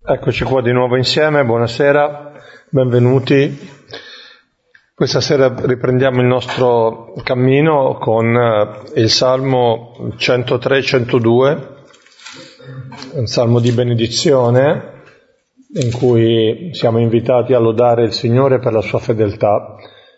Eccoci qua di nuovo insieme, buonasera, benvenuti. Questa sera riprendiamo il nostro cammino con il Salmo 103-102, un salmo di benedizione in cui siamo invitati a lodare il Signore per la sua fedeltà.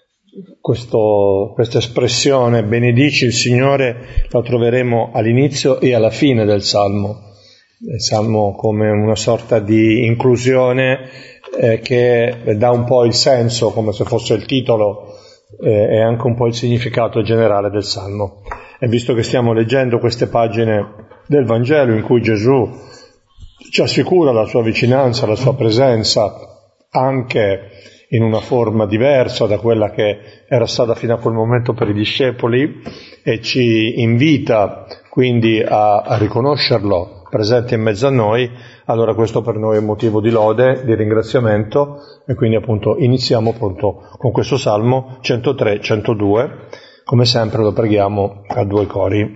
Questa espressione, benedici il Signore, la troveremo all'inizio e alla fine del salmo. Il salmo come una sorta di inclusione che dà un po' il senso, come se fosse il titolo, e anche un po' il significato generale del salmo. E visto che stiamo leggendo queste pagine del Vangelo in cui Gesù ci assicura la sua vicinanza, la sua presenza, anche in una forma diversa da quella che era stata fino a quel momento per i discepoli, e ci invita quindi a riconoscerlo presente in mezzo a noi, allora questo per noi è un motivo di lode, di ringraziamento, e quindi appunto iniziamo appunto con questo Salmo 103-102, come sempre lo preghiamo a due cori.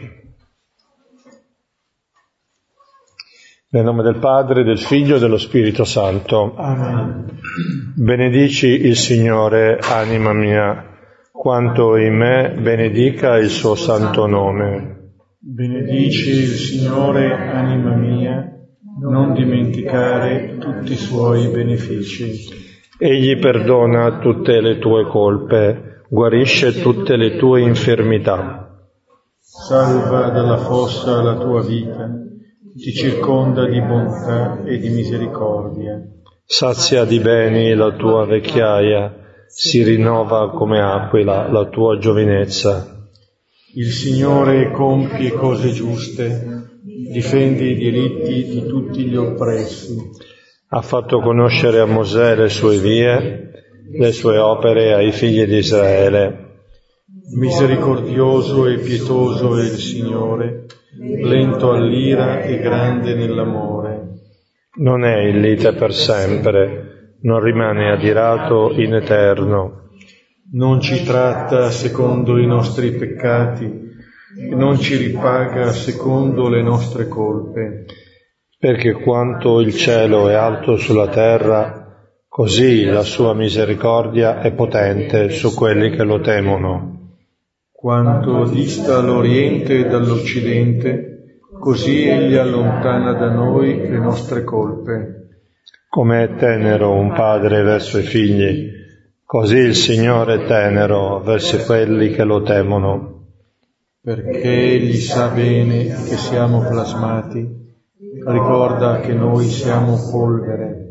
Nel nome del Padre, del Figlio e dello Spirito Santo. Amen. Benedici il Signore, anima mia, quanto in me benedica il suo santo nome. Benedici il Signore, anima mia, non dimenticare tutti i suoi benefici. Egli perdona tutte le tue colpe, guarisce tutte le tue infermità. Salva dalla fossa la tua vita, ti circonda di bontà e di misericordia. Sazia di beni la tua vecchiaia, si rinnova come aquila la tua giovinezza. Il Signore compie cose giuste, difende i diritti di tutti gli oppressi. Ha fatto conoscere a Mosè le sue vie, le sue opere ai figli di Israele. Misericordioso e pietoso è il Signore, lento all'ira e grande nell'amore. Non è in lite per sempre, non rimane adirato in eterno. Non ci tratta secondo i nostri peccati e non ci ripaga secondo le nostre colpe. Perché quanto il cielo è alto sulla terra, così la sua misericordia è potente su quelli che lo temono. Quanto dista l'Oriente dall'Occidente, così egli allontana da noi le nostre colpe. Come è tenero un padre verso i figli, così il Signore è tenero verso quelli che lo temono. Perché egli sa bene che siamo plasmati, ricorda che noi siamo polvere.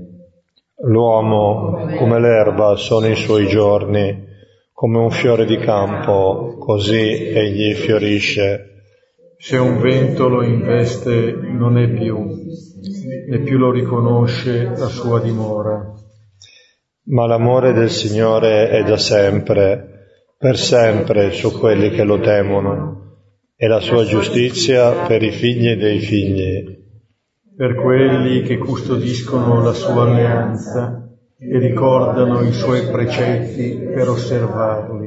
L'uomo, come l'erba, sono i suoi giorni, come un fiore di campo, così egli fiorisce. Se un vento lo investe, non è più, né più lo riconosce la sua dimora. Ma l'amore del Signore è da sempre, per sempre su quelli che lo temono, e la sua giustizia per i figli dei figli. Per quelli che custodiscono la sua alleanza e ricordano i suoi precetti per osservarli.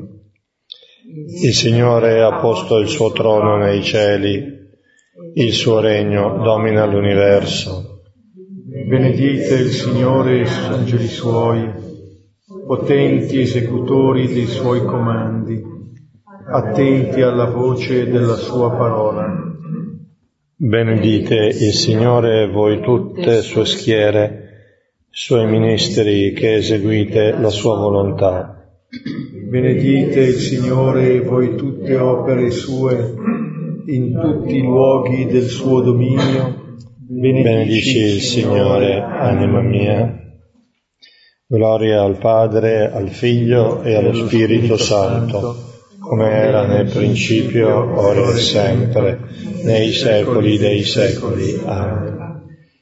Il Signore ha posto il suo trono nei cieli, il suo regno domina l'universo. Benedite il Signore, angeli suoi, potenti esecutori dei suoi comandi, attenti alla voce della sua parola. Benedite il Signore voi tutte sue schiere, suoi ministri che eseguite la sua volontà. Benedite il Signore voi tutte opere sue, in tutti i luoghi del suo dominio. Benedici il Signore, anima mia. Gloria al Padre, al Figlio e allo Spirito Santo, come era nel principio, ora e sempre, nei secoli dei secoli. Amen.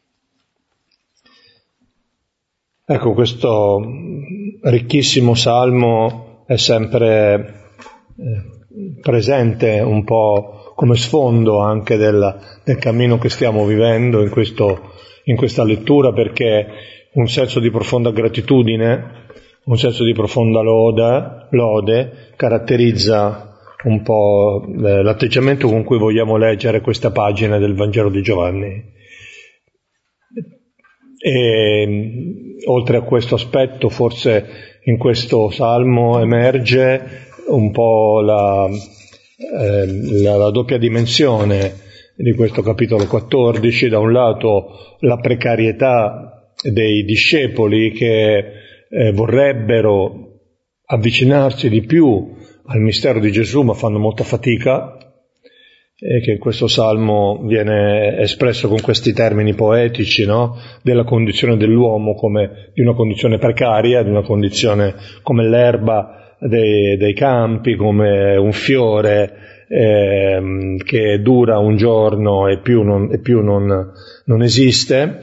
Ecco, questo ricchissimo salmo è sempre presente un po' come sfondo anche del cammino che stiamo vivendo in questa lettura, perché un senso di profonda gratitudine, un senso di profonda lode caratterizza un po' l'atteggiamento con cui vogliamo leggere questa pagina del Vangelo di Giovanni. E oltre a questo aspetto, forse in questo salmo emerge un po' la doppia dimensione di questo capitolo 14, da un lato la precarietà dei discepoli che vorrebbero avvicinarsi di più al mistero di Gesù ma fanno molta fatica, e che in questo salmo viene espresso con questi termini poetici, no? Della condizione dell'uomo come di una condizione precaria, di una condizione come l'erba dei campi, come un fiore che dura un giorno e più non esiste,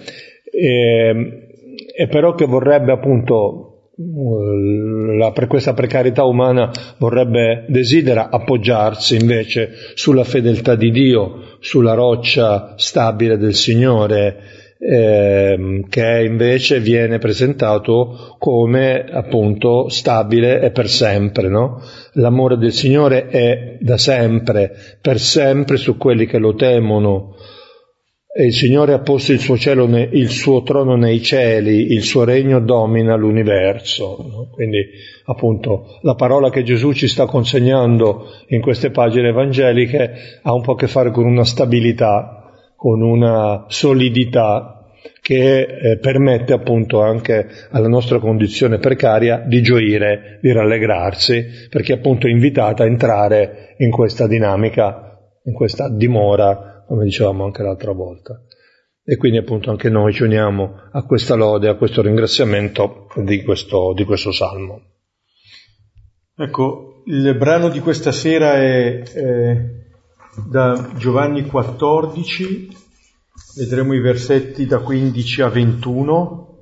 e però che vorrebbe appunto questa precarietà umana desidera appoggiarsi invece sulla fedeltà di Dio, sulla roccia stabile del Signore, che invece viene presentato come appunto stabile e per sempre, no? L'amore del Signore è da sempre, per sempre su quelli che lo temono. E il Signore ha posto il suo trono nei cieli, il suo regno domina l'universo, no? Quindi appunto la parola che Gesù ci sta consegnando in queste pagine evangeliche ha un po' a che fare con una stabilità, con una solidità che permette appunto anche alla nostra condizione precaria di gioire, di rallegrarsi, perché appunto è invitata a entrare in questa dinamica, in questa dimora, come dicevamo anche l'altra volta. E quindi appunto anche noi ci uniamo a questa lode, a questo ringraziamento di questo salmo. Ecco, il brano di questa sera è da Giovanni 14, vedremo i versetti da 15 a 21.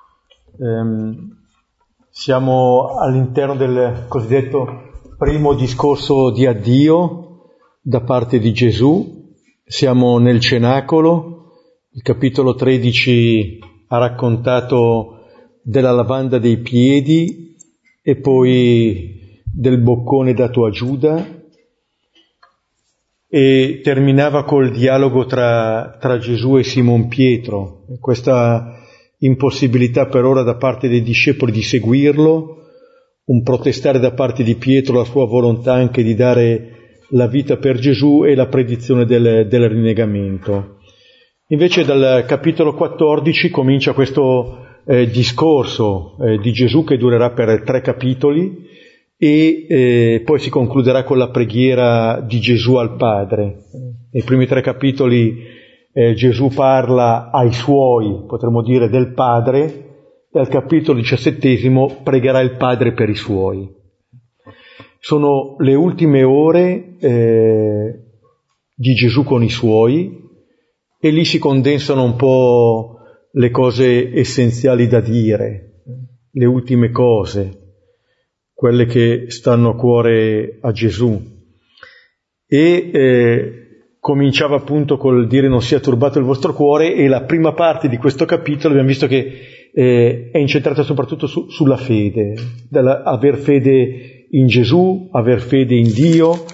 Siamo all'interno del cosiddetto primo discorso di addio da parte di Gesù. Siamo nel cenacolo, il capitolo 13 ha raccontato della lavanda dei piedi e poi del boccone dato a Giuda, e terminava col dialogo tra Gesù e Simon Pietro, questa impossibilità per ora da parte dei discepoli di seguirlo, un protestare da parte di Pietro la sua volontà anche di dare la vita per Gesù e la predizione del rinnegamento. Invece dal capitolo 14 comincia questo discorso di Gesù che durerà per 3 capitoli e poi si concluderà con la preghiera di Gesù al Padre. Nei primi 3 capitoli Gesù parla ai suoi, potremmo dire, del Padre, e al capitolo 17 pregherà il Padre per i suoi. Sono le ultime ore di Gesù con i suoi, e lì si condensano un po' le cose essenziali da dire, le ultime cose, quelle che stanno a cuore a Gesù. E cominciava appunto col dire non sia turbato il vostro cuore, e la prima parte di questo capitolo abbiamo visto che è incentrata soprattutto sulla fede, aver fede in Gesù, aver fede in Dio.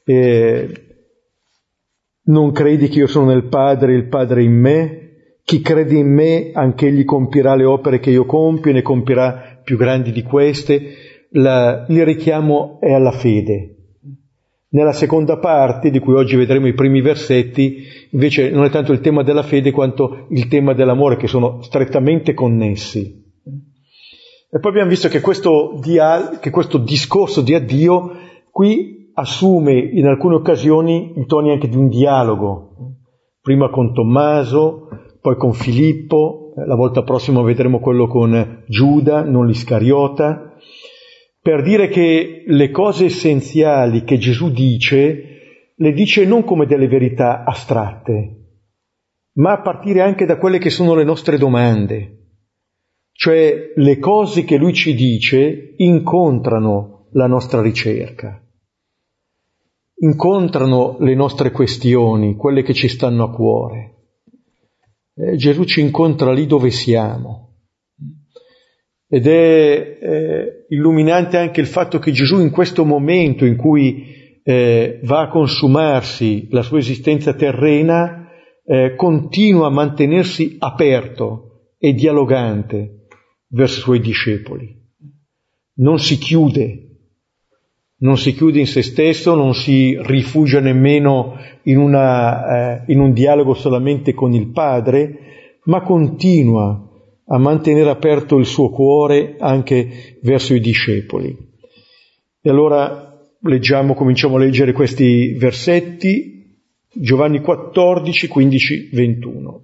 Non credi che io sono nel Padre, il Padre in me? Chi crede in me, anch'egli compirà le opere che io compio, ne compirà più grandi di queste. Il richiamo è alla fede. Nella seconda parte, di cui oggi vedremo i primi versetti, invece non è tanto il tema della fede quanto il tema dell'amore, che sono strettamente connessi. E poi abbiamo visto che questo discorso di addio qui assume in alcune occasioni i toni anche di un dialogo, prima con Tommaso, poi con Filippo, la volta prossima vedremo quello con Giuda, non l'Iscariota, per dire che le cose essenziali che Gesù dice, le dice non come delle verità astratte, ma a partire anche da quelle che sono le nostre domande. Cioè le cose che lui ci dice incontrano la nostra ricerca, incontrano le nostre questioni, quelle che ci stanno a cuore. Gesù ci incontra lì dove siamo. Ed è illuminante anche il fatto che Gesù in questo momento in cui va a consumarsi la sua esistenza terrena continua a mantenersi aperto è dialogante verso i suoi discepoli. Non si chiude in se stesso, non si rifugia nemmeno in un dialogo solamente con il Padre, ma continua a mantenere aperto il suo cuore anche verso i discepoli. E allora cominciamo a leggere questi versetti, Giovanni 14, 15, 21.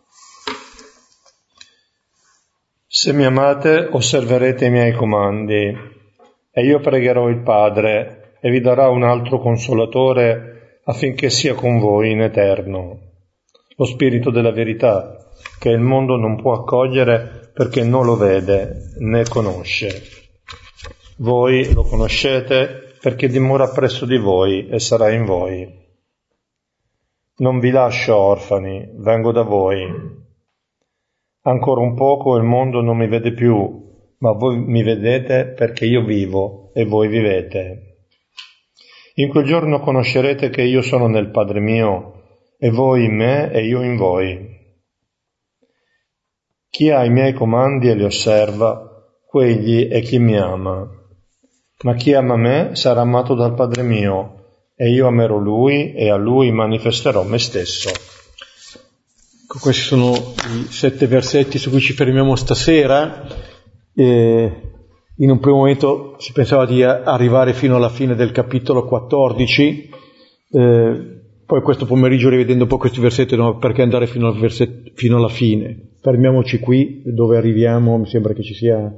Se mi amate, osserverete i miei comandi, e io pregherò il Padre, e vi darà un altro consolatore affinché sia con voi in eterno, lo Spirito della verità, che il mondo non può accogliere perché non lo vede né conosce. Voi lo conoscete perché dimora presso di voi e sarà in voi. Non vi lascio orfani, vengo da voi. Ancora un poco il mondo non mi vede più, ma voi mi vedete perché io vivo e voi vivete. In quel giorno conoscerete che io sono nel Padre mio, e voi in me e io in voi. Chi ha i miei comandi e li osserva, quegli è chi mi ama. Ma chi ama me sarà amato dal Padre mio, e io amerò lui e a lui manifesterò me stesso. Questi sono i 7 versetti su cui ci fermiamo stasera. In un primo momento si pensava di arrivare fino alla fine del capitolo 14, poi questo pomeriggio, rivedendo un po' questi versetti, no, perché andare fino alla fine? Fermiamoci qui, dove arriviamo, mi sembra che ci sia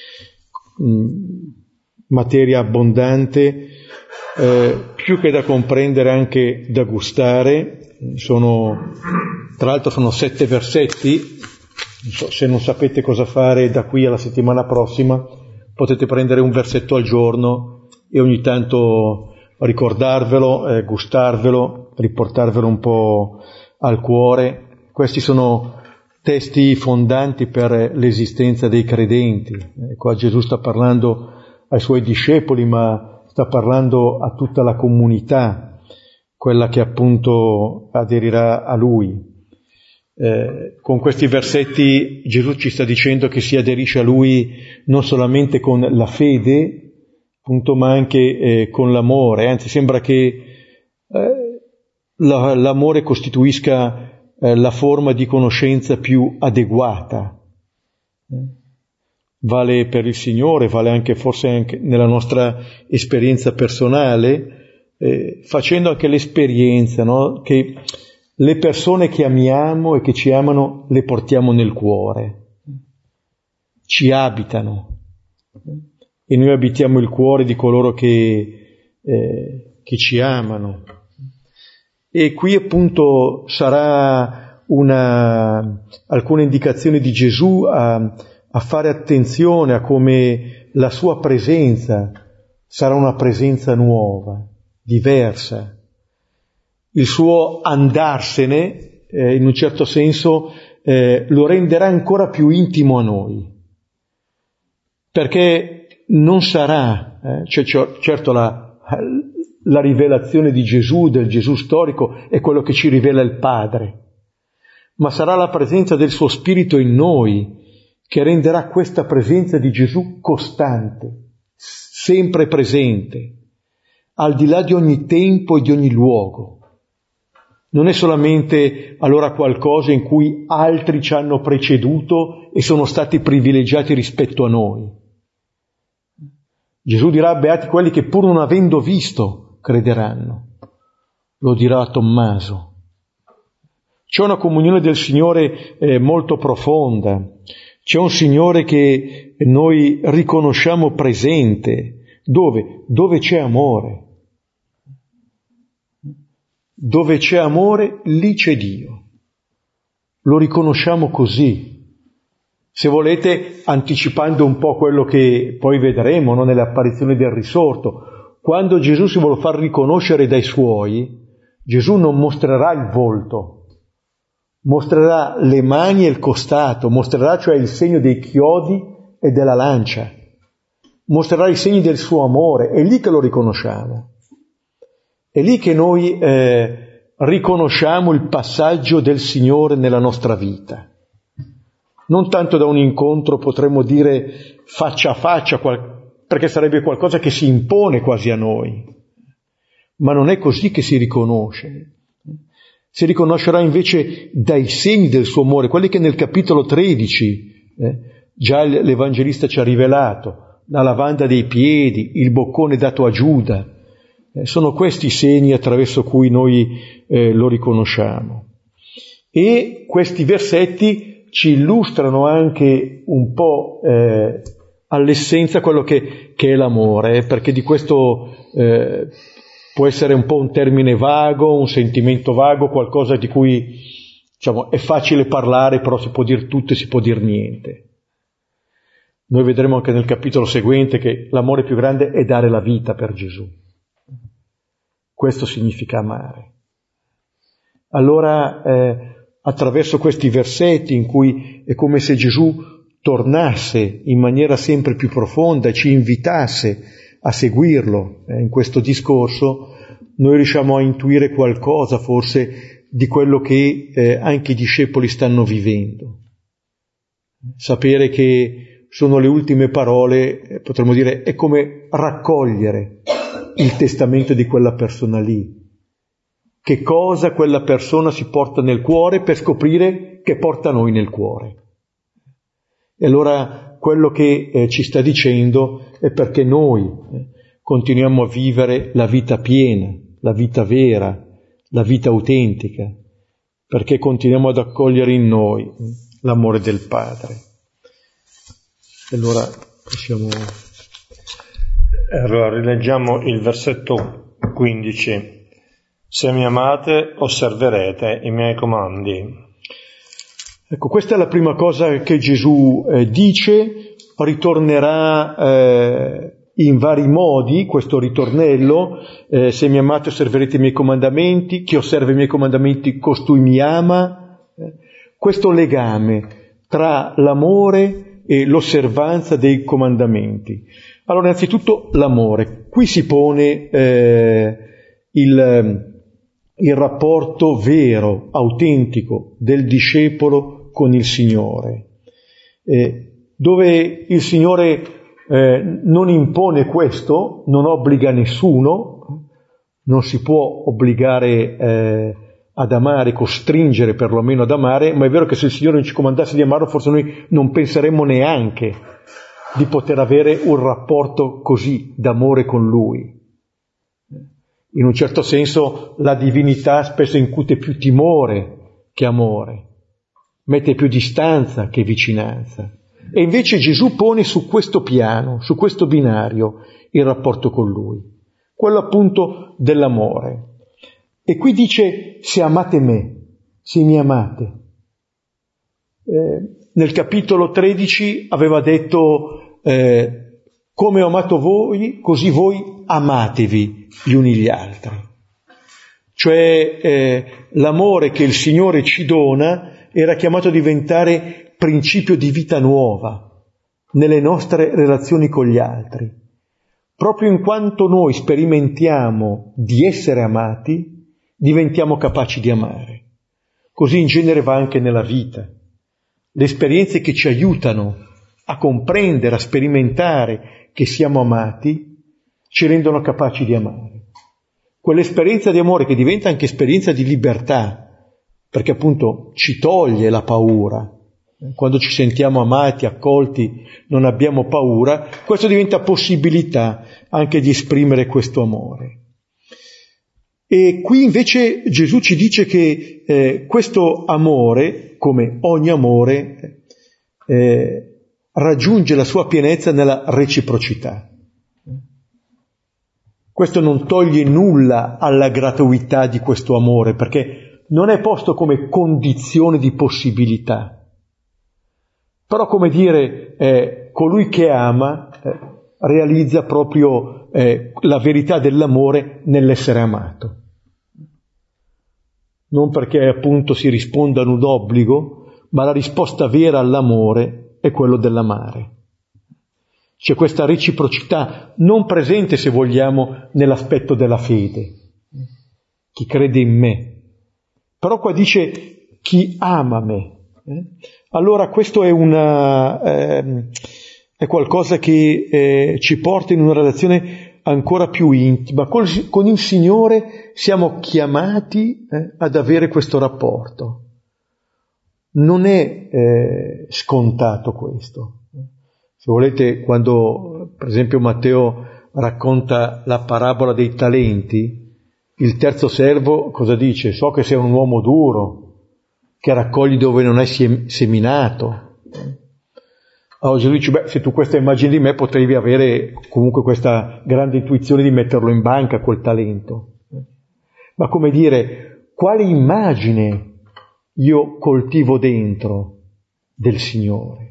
materia abbondante, più che da comprendere anche da gustare. Tra l'altro sono 7 versetti, se non sapete cosa fare da qui alla settimana prossima, potete prendere un versetto al giorno e ogni tanto ricordarvelo, gustarvelo, riportarvelo un po' al cuore. Questi sono testi fondanti per l'esistenza dei credenti. Qua Gesù sta parlando ai suoi discepoli, ma sta parlando a tutta la comunità, quella che appunto aderirà a Lui. Con questi versetti Gesù ci sta dicendo che si aderisce a Lui non solamente con la fede, appunto, ma anche con l'amore. Anzi, sembra che l'amore costituisca la forma di conoscenza più adeguata. Vale per il Signore, vale anche forse anche nella nostra esperienza personale, facendo anche l'esperienza, no? Che le persone che amiamo e che ci amano le portiamo nel cuore, ci abitano, e noi abitiamo il cuore di coloro che ci amano. E qui appunto sarà alcune indicazioni di Gesù a fare attenzione a come la sua presenza sarà una presenza nuova, diversa. Il suo andarsene, in un certo senso, lo renderà ancora più intimo a noi, perché non sarà, certo la rivelazione di Gesù, del Gesù storico, è quello che ci rivela il Padre, ma sarà la presenza del suo Spirito in noi che renderà questa presenza di Gesù costante, sempre presente, al di là di ogni tempo e di ogni luogo. Non è solamente allora qualcosa in cui altri ci hanno preceduto e sono stati privilegiati rispetto a noi. Gesù dirà: beati quelli che pur non avendo visto crederanno. Lo dirà a Tommaso. C'è una comunione del Signore molto profonda. C'è un Signore che noi riconosciamo presente. Dove? Dove c'è amore. Dove c'è amore, lì c'è Dio. Lo riconosciamo così. Se volete, anticipando un po' quello che poi vedremo, no, nelle apparizioni del risorto, quando Gesù si vuole far riconoscere dai Suoi, Gesù non mostrerà il volto, mostrerà le mani e il costato, mostrerà cioè il segno dei chiodi e della lancia, mostrerà i segni del suo amore, è lì che lo riconosciamo. È lì che noi riconosciamo il passaggio del Signore nella nostra vita. non tanto da un incontro, potremmo dire, faccia a faccia, perché sarebbe qualcosa che si impone quasi a noi, ma non è così che si riconosce. Si riconoscerà invece dai segni del suo amore, quelli che nel capitolo 13 già l'Evangelista ci ha rivelato, la lavanda dei piedi, il boccone dato a Giuda, sono questi i segni attraverso cui noi lo riconosciamo. E questi versetti ci illustrano anche un po' all'essenza quello che è l'amore, perché di questo può essere un po' un termine vago, un sentimento vago, qualcosa di cui, diciamo, è facile parlare, però si può dire tutto e si può dire niente. Noi vedremo anche nel capitolo seguente che l'amore più grande è dare la vita per Gesù. Questo significa amare. Allora, attraverso questi versetti in cui è come se Gesù tornasse in maniera sempre più profonda e ci invitasse a seguirlo in questo discorso, noi riusciamo a intuire qualcosa forse di quello che anche i discepoli stanno vivendo. Sapere che sono le ultime parole, potremmo dire, è come raccogliere il testamento di quella persona lì. Che cosa quella persona si porta nel cuore per scoprire che porta noi nel cuore. E allora quello che ci sta dicendo è perché noi continuiamo a vivere la vita piena, la vita vera, la vita autentica, perché continuiamo ad accogliere in noi l'amore del Padre. E allora possiamo... Allora rileggiamo il versetto 15. Se mi amate, osserverete i miei comandi. Ecco, questa è la prima cosa che Gesù dice, ritornerà in vari modi, questo ritornello, se mi amate osserverete i miei comandamenti, chi osserva i miei comandamenti costui mi ama. Questo legame tra l'amore e l'osservanza dei comandamenti. Allora, innanzitutto l'amore. Qui si pone il rapporto vero, autentico del discepolo con il Signore, dove il Signore non impone questo, non obbliga nessuno, non si può obbligare ad amare, costringere perlomeno ad amare, ma è vero che se il Signore non ci comandasse di amarlo, forse noi non penseremmo neanche di poter avere un rapporto così d'amore con Lui. In un certo senso la divinità spesso incute più timore che amore, mette più distanza che vicinanza. E invece Gesù pone su questo piano, su questo binario, il rapporto con Lui, quello appunto dell'amore. E qui dice: se amate me, se mi amate. Nel capitolo 13 aveva detto come ho amato voi, così voi amatevi gli uni gli altri. Cioè l'amore che il Signore ci dona era chiamato a diventare principio di vita nuova nelle nostre relazioni con gli altri. Proprio in quanto noi sperimentiamo di essere amati, diventiamo capaci di amare. Così in genere va anche nella vita. Le esperienze che ci aiutano a comprendere, a sperimentare che siamo amati, ci rendono capaci di amare. Quell'esperienza di amore che diventa anche esperienza di libertà, perché appunto ci toglie la paura. Quando ci sentiamo amati, accolti, non abbiamo paura, questo diventa possibilità anche di esprimere questo amore. E qui invece Gesù ci dice che questo amore, come ogni amore, raggiunge la sua pienezza nella reciprocità. Questo non toglie nulla alla gratuità di questo amore, perché non è posto come condizione di possibilità. Però, come dire, colui che ama realizza proprio la verità dell'amore nell'essere amato. Non perché appunto si risponda ad un obbligo, ma la risposta vera all'amore è quello dell'amare. C'è questa reciprocità non presente, se vogliamo, nell'aspetto della fede. Chi crede in me. Però qua dice chi ama me. Allora questo è è qualcosa che ci porta in una relazione ancora più intima. Con il Signore siamo chiamati ad avere questo rapporto. Non è scontato questo. Se volete, quando per esempio Matteo racconta la parabola dei talenti, il terzo servo cosa dice? So che sei un uomo duro, che raccogli dove non hai seminato. Allora Gesù dice, se tu questa immagini di me potevi avere comunque questa grande intuizione di metterlo in banca quel talento. Ma come dire, quale immagine io coltivo dentro del Signore?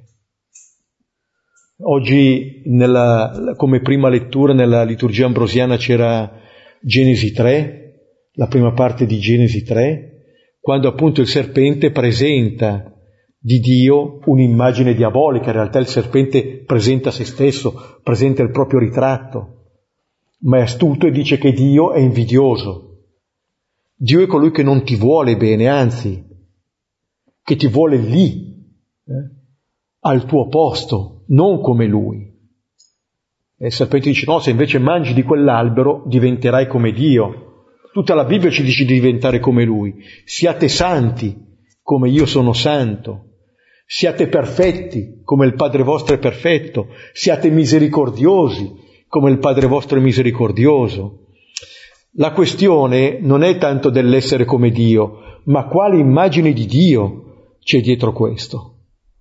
Oggi, come prima lettura nella liturgia ambrosiana c'era Genesi 3, la prima parte di Genesi 3, quando appunto il serpente presenta di Dio un'immagine diabolica. In realtà il serpente presenta se stesso, presenta il proprio ritratto, ma è astuto e dice che Dio è invidioso. Dio è colui che non ti vuole bene, anzi, che ti vuole lì, al tuo posto, non come lui. E il serpente dice, no, se invece mangi di quell'albero diventerai come Dio. Tutta la Bibbia ci dice di diventare come lui. Siate santi, come io sono santo. Siate perfetti, come il Padre vostro è perfetto. Siate misericordiosi, come il Padre vostro è misericordioso. La questione non è tanto dell'essere come Dio, ma quale immagine di Dio c'è dietro questo.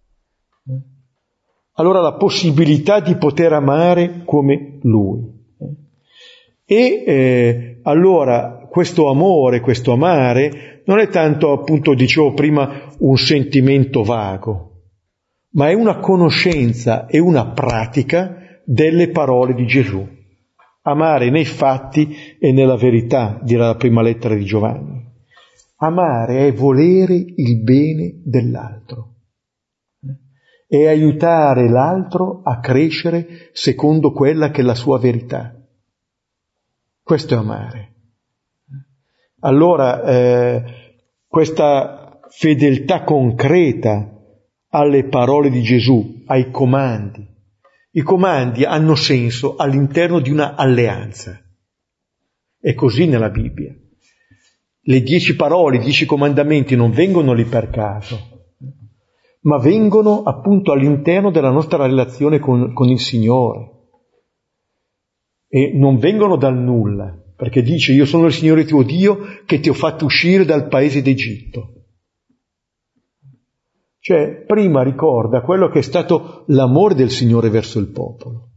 Allora la possibilità di poter amare come Lui. E allora questo amore, questo amare, non è tanto, appunto, dicevo prima, un sentimento vago, ma è una conoscenza e una pratica delle parole di Gesù. Amare nei fatti e nella verità, dirà la prima lettera di Giovanni. Amare è volere il bene dell'altro. E aiutare l'altro a crescere secondo quella che è la sua verità. Questo è amare. Allora, questa fedeltà concreta alle parole di Gesù, ai comandi. I comandi hanno senso all'interno di una alleanza. È così nella Bibbia. Le 10 parole, i 10 comandamenti non vengono lì per caso, ma vengono appunto all'interno della nostra relazione con il Signore. E non vengono dal nulla, perché dice, io sono il Signore tuo Dio che ti ho fatto uscire dal paese d'Egitto. Cioè, prima ricorda quello che è stato l'amore del Signore verso il popolo.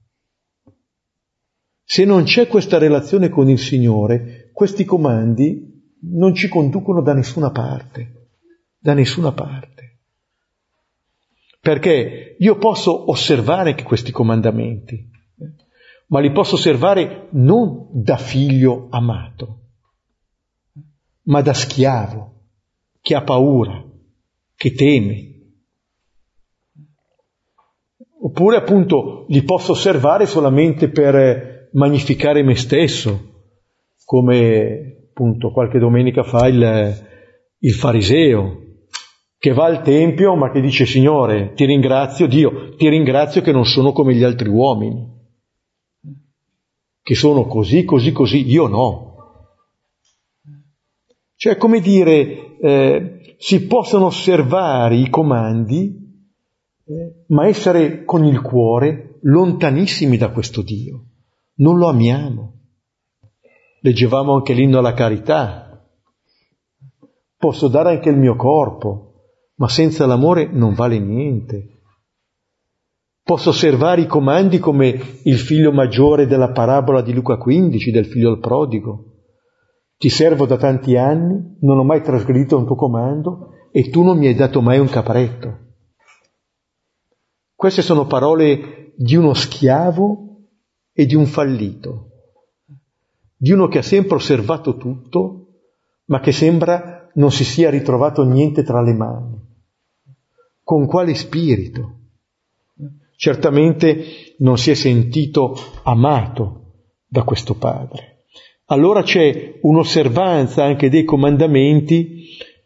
Se non c'è questa relazione con il Signore, questi comandi non ci conducono da nessuna parte, Perché io posso osservare che questi comandamenti, ma li posso osservare non da figlio amato, ma da schiavo, che ha paura, che teme. Oppure appunto li posso osservare solamente per magnificare me stesso, come appunto qualche domenica fa il fariseo, che va al Tempio ma che dice, Signore, ti ringrazio, Dio, ti ringrazio che non sono come gli altri uomini, che sono così, io no. Cioè, come dire, si possono osservare i comandi, ma essere con il cuore lontanissimi da questo Dio. Non lo amiamo. Leggevamo anche l'inno alla carità. Posso dare anche il mio corpo, ma senza l'amore non vale niente. Posso osservare i comandi come il figlio maggiore della parabola di Luca 15, del figlio al prodigo. Ti servo da tanti anni, non ho mai trasgredito un tuo comando e tu non mi hai dato mai un capretto. Queste sono parole di uno schiavo e di un fallito, di uno che ha sempre osservato tutto, ma che sembra non si sia ritrovato niente tra le mani. Con quale spirito? Certamente non si è sentito amato da questo padre. Allora c'è un'osservanza anche dei comandamenti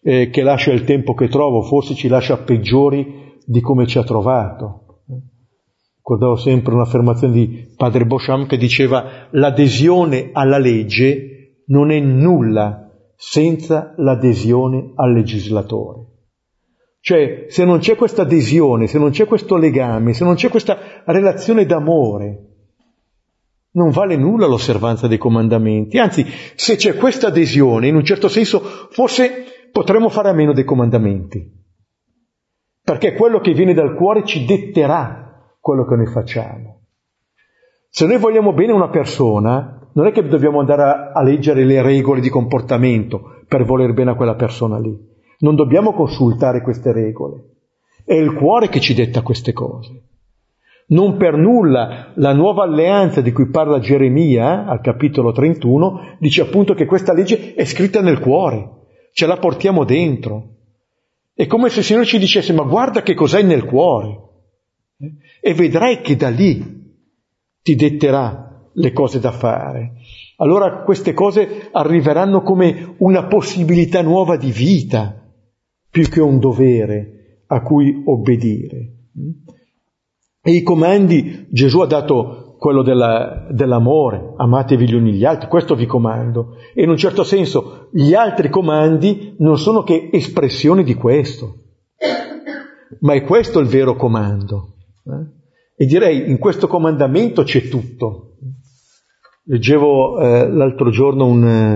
che lascia il tempo che trovo, forse ci lascia peggiori di come ci ha trovato. Ricordavo sempre un'affermazione di padre Beauchamp che diceva: l'adesione alla legge non è nulla senza l'adesione al legislatore. Cioè, se non c'è questa adesione, se non c'è questo legame, se non c'è questa relazione d'amore, non vale nulla l'osservanza dei comandamenti. Anzi, se c'è questa adesione, in un certo senso, forse potremmo fare a meno dei comandamenti. Perché quello che viene dal cuore ci detterà quello che noi facciamo. Se noi vogliamo bene una persona, non è che dobbiamo andare a leggere le regole di comportamento per voler bene a quella persona lì. Non dobbiamo consultare queste regole. È il cuore che ci detta queste cose. Non per nulla la nuova alleanza di cui parla Geremia, al capitolo 31, dice appunto che questa legge è scritta nel cuore, ce la portiamo dentro. È come se il Signore ci dicesse: ma guarda che cos'hai nel cuore, e vedrai che da lì ti detterà le cose da fare. Allora queste cose arriveranno come una possibilità nuova di vita, più che un dovere a cui obbedire. E i comandi, Gesù ha dato quello dell'amore: amatevi gli uni gli altri, questo vi comando. E in un certo senso gli altri comandi non sono che espressione di questo, ma è questo il vero comando. E direi, in questo comandamento c'è tutto. Leggevo l'altro giorno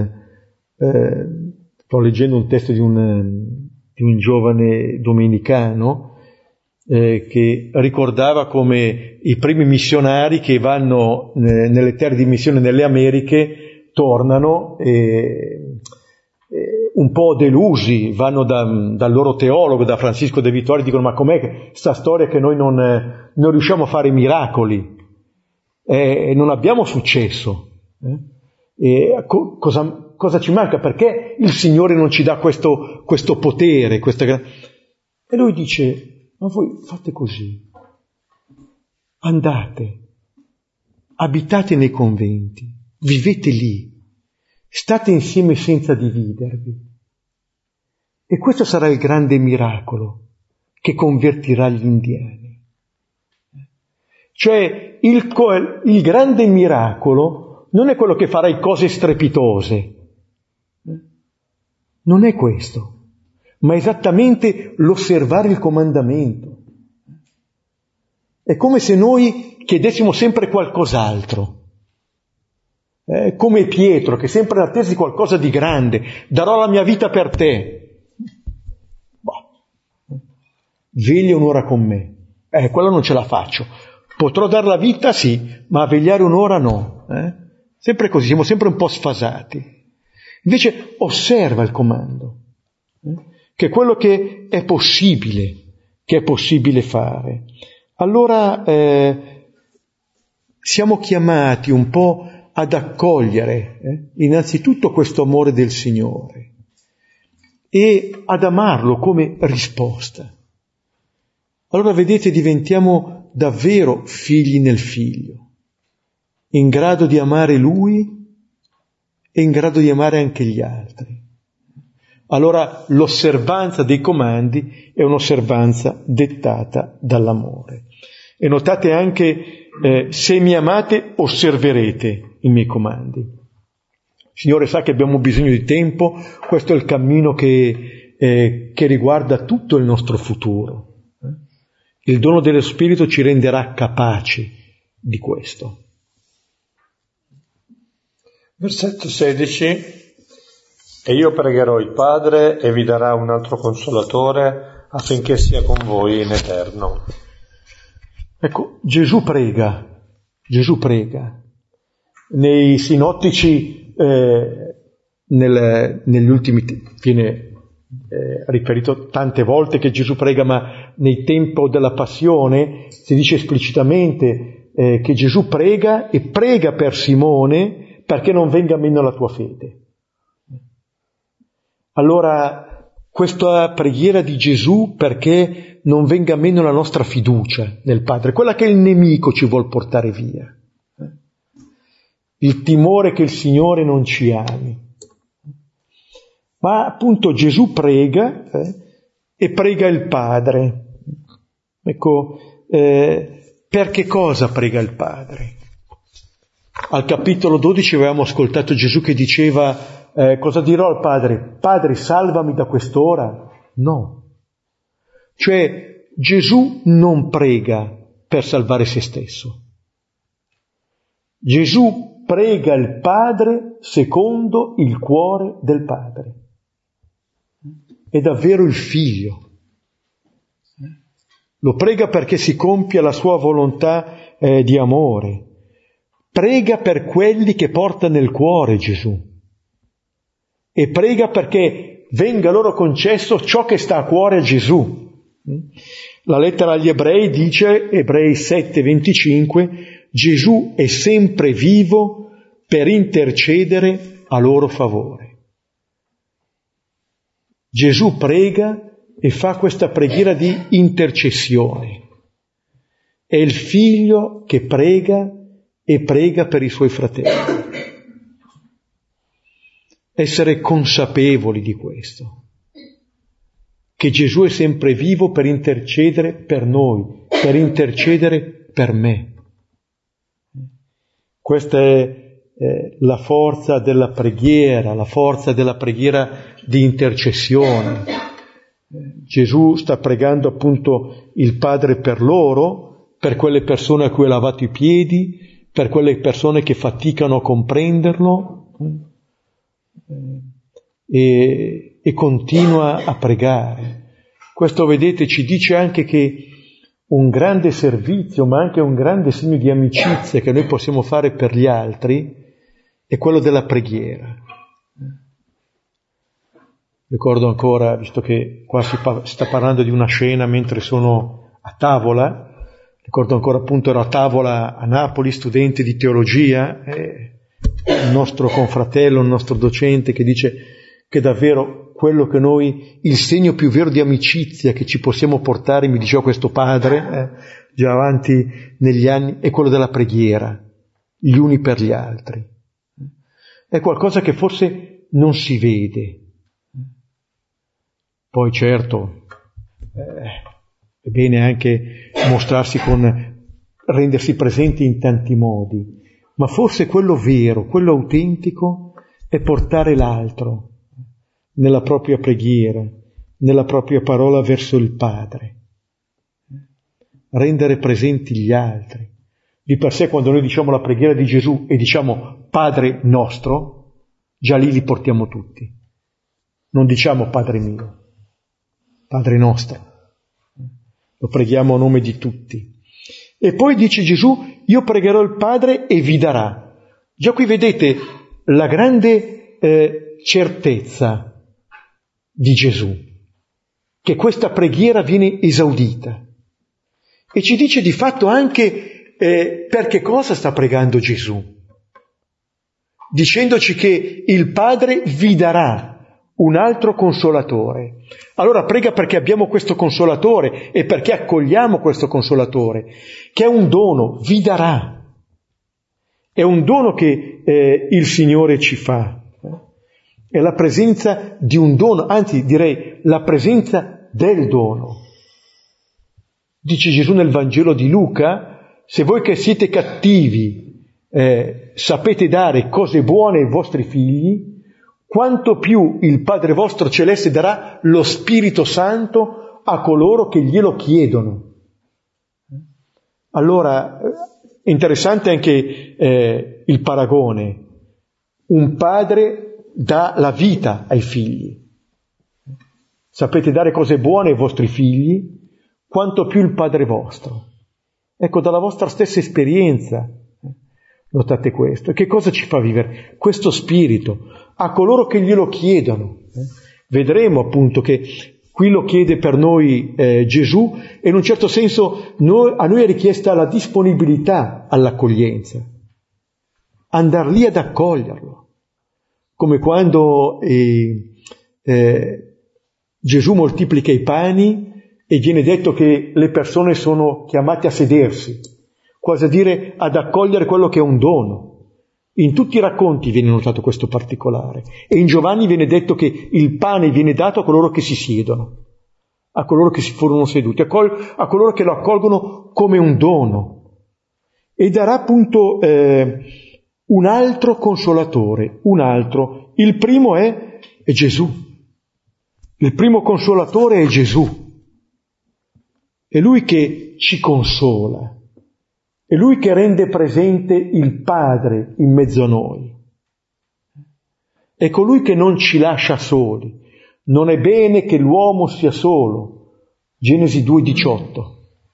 sto leggendo un testo di un giovane domenicano che ricordava come i primi missionari che vanno nelle terre di missione nelle Americhe tornano un po' delusi, vanno dal loro teologo, da Francisco de Vittoria, dicono: ma com'è sta storia che noi non riusciamo a fare miracoli e non abbiamo successo? Cosa ci manca? Perché il Signore non ci dà questo potere? E lui dice: ma voi fate così, andate, abitate nei conventi, vivete lì, state insieme senza dividervi, e questo sarà il grande miracolo che convertirà gli indiani. Cioè il grande miracolo non è quello che farai cose strepitose, non è questo, ma esattamente l'osservare il comandamento. È come se noi chiedessimo sempre qualcos'altro, come Pietro, che sempre in attesa di qualcosa di grande: darò la mia vita per te. Veglia un'ora con me, quello non ce la faccio. Potrò dar la vita, sì, ma a vegliare un'ora no. Sempre così, siamo sempre un po' sfasati. Invece osserva il comando, che è quello che è possibile fare. Allora siamo chiamati un po' ad accogliere innanzitutto questo amore del Signore e ad amarlo come risposta. Allora vedete, diventiamo davvero figli nel Figlio, in grado di amare Lui e in grado di amare anche gli altri. Allora l'osservanza dei comandi è un'osservanza dettata dall'amore. E notate anche, se mi amate osserverete i miei comandi. Il Signore sa che abbiamo bisogno di tempo, questo è il cammino che riguarda tutto il nostro futuro. Il dono dello Spirito ci renderà capaci di questo. Versetto 16. E io pregherò il Padre e vi darà un altro Consolatore affinché sia con voi in eterno. Ecco, Gesù prega. Nei sinottici, negli ultimi viene riferito tante volte che Gesù prega, ma nel tempo della passione si dice esplicitamente che Gesù prega e prega per Simone perché non venga meno la tua fede. Allora, questa preghiera di Gesù perché non venga meno la nostra fiducia nel Padre, quella che il nemico ci vuol portare via. Il timore che il Signore non ci ami. Ma appunto Gesù prega e prega il Padre. Ecco, per che cosa prega il Padre? Al capitolo 12 avevamo ascoltato Gesù che diceva cosa dirò al Padre? Padre, salvami da quest'ora? No. Cioè Gesù non prega per salvare se stesso. Gesù prega il Padre secondo il cuore del Padre. È davvero il Figlio. Lo prega perché si compia la sua volontà di amore. Prega per quelli che porta nel cuore Gesù. E prega perché venga loro concesso ciò che sta a cuore a Gesù. La lettera agli Ebrei dice, Ebrei 7:25, Gesù è sempre vivo per intercedere a loro favore. Gesù prega e fa questa preghiera di intercessione. È il Figlio che prega e prega per i suoi fratelli. Essere consapevoli di questo, che Gesù è sempre vivo per intercedere per noi, per intercedere per me. Questa è la forza della preghiera di intercessione. Gesù sta pregando appunto il Padre per loro, per quelle persone a cui ha lavato i piedi, per quelle persone che faticano a comprenderlo, e continua a pregare. Questo, vedete, ci dice anche che un grande servizio, ma anche un grande segno di amicizia che noi possiamo fare per gli altri è quello della preghiera. Ricordo ancora, visto che qua si sta parlando di una scena mentre sono a tavola, ricordo ancora appunto ero a tavola a Napoli, studente di teologia, il nostro confratello, il nostro docente che dice che davvero quello che noi, il segno più vero di amicizia che ci possiamo portare, mi diceva questo padre, già avanti negli anni, è quello della preghiera, gli uni per gli altri. È qualcosa che forse non si vede. Poi certo, è bene anche mostrarsi rendersi presenti in tanti modi, ma forse quello vero, quello autentico è portare l'altro nella propria preghiera, nella propria parola verso il Padre, rendere presenti gli altri. Di per sé quando noi diciamo la preghiera di Gesù e diciamo Padre nostro, già lì li portiamo tutti. Non diciamo Padre mio, Padre nostro. Lo preghiamo a nome di tutti. E poi dice Gesù, io pregherò il Padre e vi darà. Già qui vedete la grande certezza di Gesù, che questa preghiera viene esaudita. E ci dice di fatto anche per che cosa sta pregando Gesù, dicendoci che il Padre vi darà un altro consolatore. Allora prega perché abbiamo questo consolatore e perché accogliamo questo consolatore, che è un dono, vi darà. È un dono che il Signore ci fa. È la presenza di un dono, anzi direi la presenza del dono. Dice Gesù nel Vangelo di Luca, se voi che siete cattivi sapete dare cose buone ai vostri figli, quanto più il Padre vostro celeste darà lo Spirito Santo a coloro che glielo chiedono. Allora, è interessante anche il paragone. Un padre dà la vita ai figli. Sapete dare cose buone ai vostri figli, quanto più il Padre vostro. Ecco, dalla vostra stessa esperienza, notate questo. E che cosa ci fa vivere? Questo spirito a coloro che glielo chiedono. Vedremo appunto che qui lo chiede per noi Gesù e in un certo senso a noi è richiesta la disponibilità all'accoglienza. Andar lì ad accoglierlo. Come quando Gesù moltiplica i pani e viene detto che le persone sono chiamate a sedersi, quasi a dire ad accogliere quello che è un dono. In tutti i racconti viene notato questo particolare. E in Giovanni viene detto che il pane viene dato a coloro che si siedono, a coloro che si furono seduti, a coloro che lo accolgono come un dono. E darà appunto un altro consolatore, un altro. Il primo è Gesù. Il primo consolatore è Gesù. È Lui che ci consola. È Lui che rende presente il Padre in mezzo a noi. È colui che non ci lascia soli. Non è bene che l'uomo sia solo. Genesi 2,18.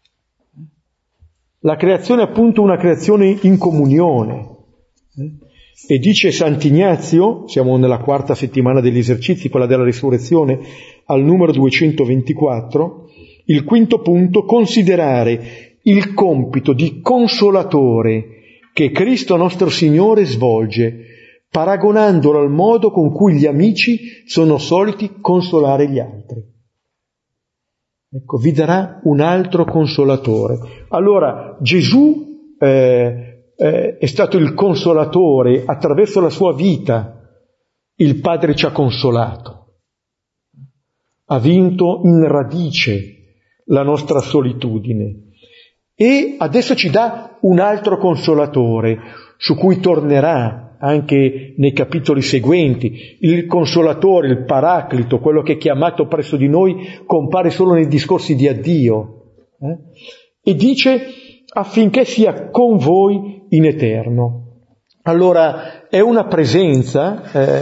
La creazione è appunto una creazione in comunione. E dice Sant'Ignazio, siamo nella 4ª settimana degli esercizi, quella della risurrezione, al numero 224, il 5° punto, considerare il compito di consolatore che Cristo nostro Signore svolge, paragonandolo al modo con cui gli amici sono soliti consolare gli altri. Ecco, vi darà un altro consolatore. Allora, Gesù è stato il consolatore, attraverso la sua vita il Padre ci ha consolato, ha vinto in radice la nostra solitudine e adesso ci dà un altro consolatore su cui tornerà anche nei capitoli seguenti. Il consolatore, il paraclito, quello che è chiamato presso di noi, compare solo nei discorsi di addio e dice affinché sia con voi in eterno. Allora è una presenza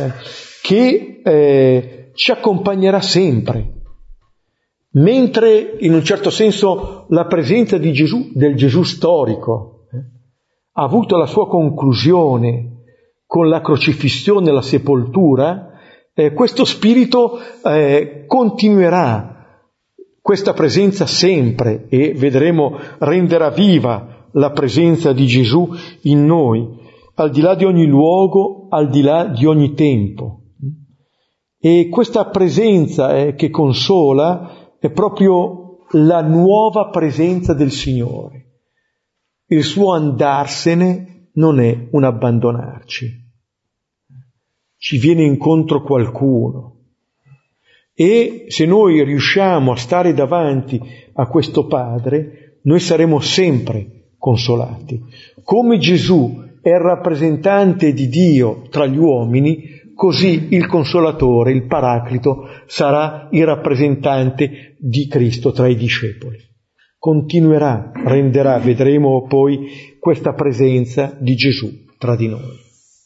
che ci accompagnerà sempre, mentre in un certo senso la presenza di Gesù, del Gesù storico, ha avuto la sua conclusione con la crocifissione e la sepoltura, questo spirito continuerà questa presenza sempre e vedremo renderà viva la presenza di Gesù in noi, al di là di ogni luogo, al di là di ogni tempo. E questa presenza che consola è proprio la nuova presenza del Signore. Il suo andarsene non è un abbandonarci. Ci viene incontro qualcuno. E se noi riusciamo a stare davanti a questo Padre, noi saremo sempre consolati. Come Gesù è il rappresentante di Dio tra gli uomini, così il Consolatore, il Paraclito, sarà il rappresentante di Cristo tra i discepoli. Continuerà, renderà, vedremo poi, questa presenza di Gesù tra di noi.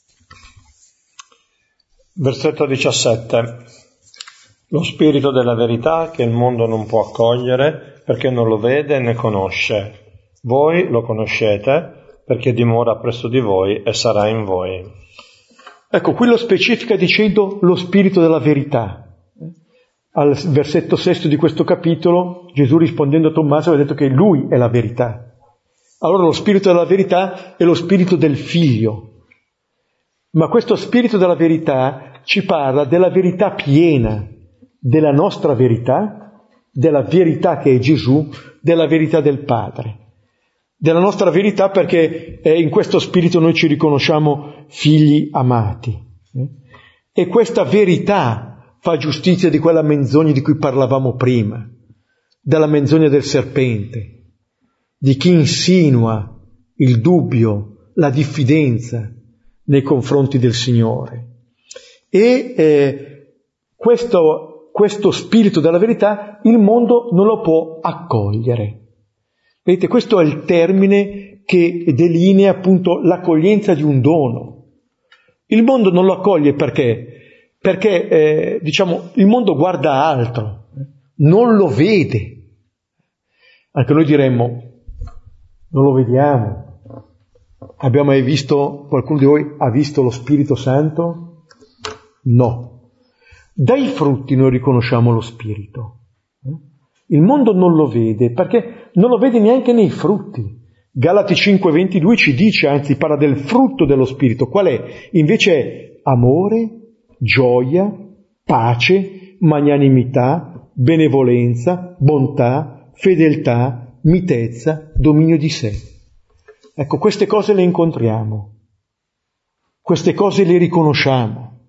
Versetto 17. Lo spirito della verità che il mondo non può accogliere perché non lo vede né conosce. Voi lo conoscete perché dimora presso di voi e sarà in voi. Ecco, qui lo specifica dicendo lo spirito della verità. Al versetto 6 di questo capitolo, Gesù rispondendo a Tommaso aveva detto che lui è la verità. Allora lo spirito della verità è lo spirito del Figlio. Ma questo spirito della verità ci parla della verità piena, della nostra verità, della verità che è Gesù, della verità del Padre. Della nostra verità perché in questo spirito noi ci riconosciamo figli amati. E questa verità fa giustizia di quella menzogna di cui parlavamo prima, della menzogna del serpente, di chi insinua il dubbio, la diffidenza nei confronti del Signore. E questo spirito della verità il mondo non lo può accogliere. Vedete, questo è il termine che delinea appunto l'accoglienza di un dono. Il mondo non lo accoglie perché il mondo guarda a altro, non lo vede. Anche noi diremmo, non lo vediamo. Abbiamo mai visto, qualcuno di voi ha visto lo Spirito Santo? No. Dai frutti noi riconosciamo lo Spirito. Il mondo non lo vede perché non lo vede neanche nei frutti. Galati 5:22 ci dice, anzi parla del frutto dello Spirito. Qual è? Invece è amore, gioia, pace, magnanimità, benevolenza, bontà, fedeltà, mitezza, dominio di sé. Ecco, queste cose le incontriamo. queste cose le riconosciamo,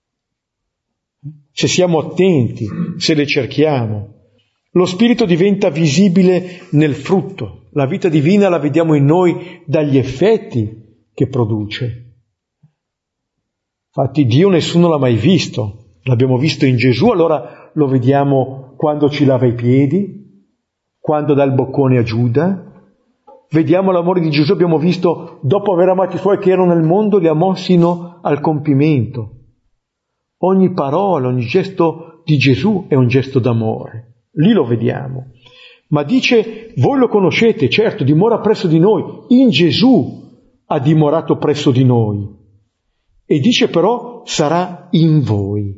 se siamo attenti, se le cerchiamo. Lo Spirito diventa visibile nel frutto. La vita divina la vediamo in noi dagli effetti che produce. Infatti Dio nessuno l'ha mai visto. L'abbiamo visto in Gesù, allora lo vediamo quando ci lava i piedi, quando dà il boccone a Giuda. Vediamo l'amore di Gesù, abbiamo visto, dopo aver amato i suoi che erano nel mondo, li ha mossi al compimento. Ogni parola, ogni gesto di Gesù è un gesto d'amore. Lì lo vediamo. Ma dice, voi lo conoscete, certo, dimora presso di noi. In Gesù ha dimorato presso di noi. E dice però, sarà in voi.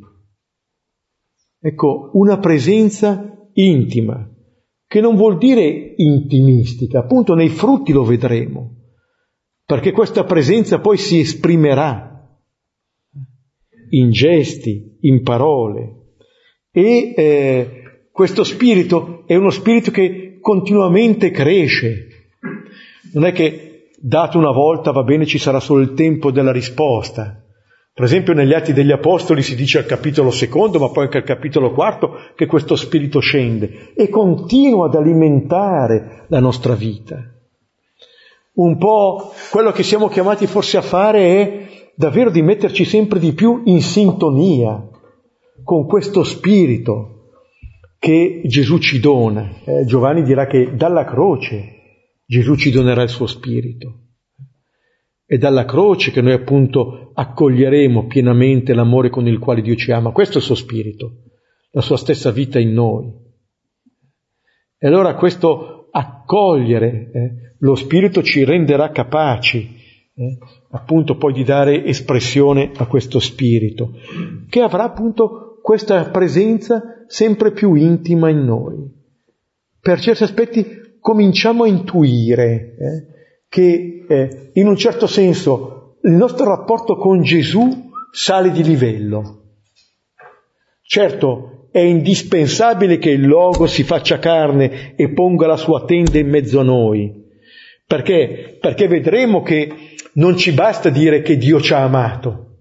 Ecco, una presenza intima, che non vuol dire intimistica, appunto nei frutti lo vedremo, perché questa presenza poi si esprimerà in gesti, in parole, e questo spirito è uno spirito che continuamente cresce. Non è che dato una volta va bene, ci sarà solo il tempo della risposta. Per esempio negli Atti degli Apostoli si dice al capitolo 2, ma poi anche al capitolo 4, che questo spirito scende e continua ad alimentare la nostra vita. Un po' quello che siamo chiamati forse a fare è davvero di metterci sempre di più in sintonia con questo spirito che Gesù ci dona. Giovanni dirà che dalla croce Gesù ci donerà il suo spirito. È dalla croce che noi appunto accoglieremo pienamente l'amore con il quale Dio ci ama. Questo è il suo spirito, la sua stessa vita in noi. E allora questo accogliere lo spirito ci renderà capaci appunto poi di dare espressione a questo spirito, che avrà appunto questa presenza sempre più intima in noi. Per certi aspetti cominciamo a intuire che in un certo senso il nostro rapporto con Gesù sale di livello. Certo, è indispensabile che il Logo si faccia carne e ponga la sua tenda in mezzo a noi. Perché? Perché vedremo che non ci basta dire che Dio ci ha amato.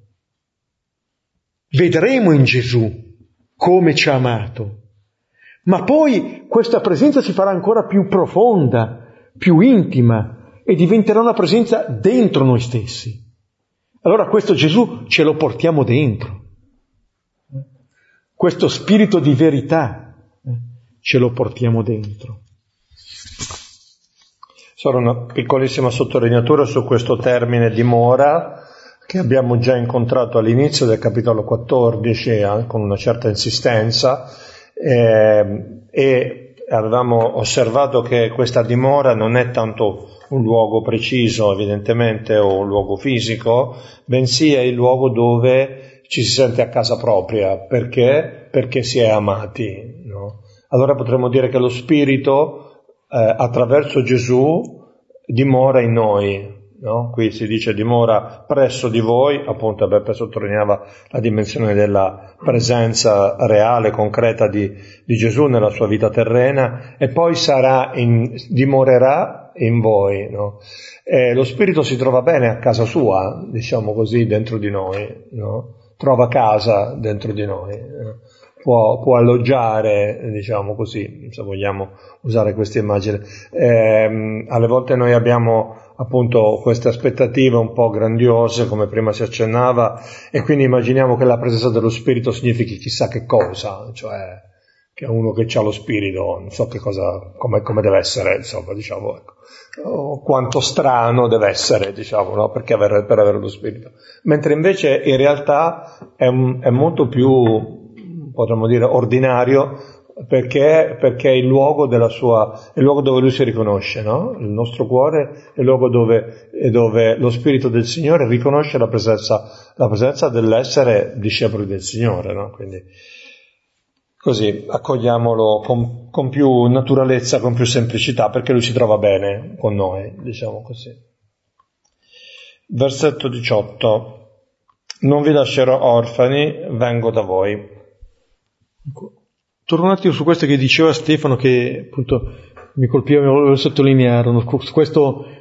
Vedremo in Gesù come ci ha amato. Ma poi questa presenza si farà ancora più profonda, più intima, e diventerà una presenza dentro noi stessi. Allora questo Gesù ce lo portiamo dentro. Questo spirito di verità ce lo portiamo dentro. Solo una piccolissima sottolineatura su questo termine dimora, che abbiamo già incontrato all'inizio del capitolo 14 con una certa insistenza, e avevamo osservato che questa dimora non è tanto un luogo preciso, evidentemente, o un luogo fisico, bensì è il luogo dove ci si sente a casa propria. Perché? Perché si è amati, no? Allora potremmo dire che lo Spirito, attraverso Gesù, dimora in noi, no? Qui si dice dimora presso di voi, appunto Beppe sottolineava la dimensione della presenza reale, concreta di Gesù nella sua vita terrena, e poi dimorerà in voi, no? Lo Spirito si trova bene a casa sua, diciamo così, dentro di noi, no? Trova casa dentro di noi, può alloggiare, diciamo così, se vogliamo usare questa immagine. Alle volte noi abbiamo appunto queste aspettative un po' grandiose, come prima si accennava, e quindi immaginiamo che la presenza dello Spirito significhi chissà che cosa, cioè che uno che ha lo Spirito, non so che cosa, come deve essere, insomma, diciamo, ecco, o quanto strano deve essere, diciamo, no? Per avere lo Spirito. Mentre invece in realtà è molto più, potremmo dire, ordinario, perché è il luogo il luogo dove lui si riconosce, no? Il nostro cuore è il luogo dove lo Spirito del Signore riconosce la presenza dell'essere discepoli del Signore, no? Quindi così accogliamolo con più naturalezza, con più semplicità, perché lui si trova bene con noi, diciamo così. Versetto 18. Non vi lascerò orfani, vengo da voi. Torno un attimo su questo che diceva Stefano, che appunto mi colpiva, mi volevo sottolineare, su questo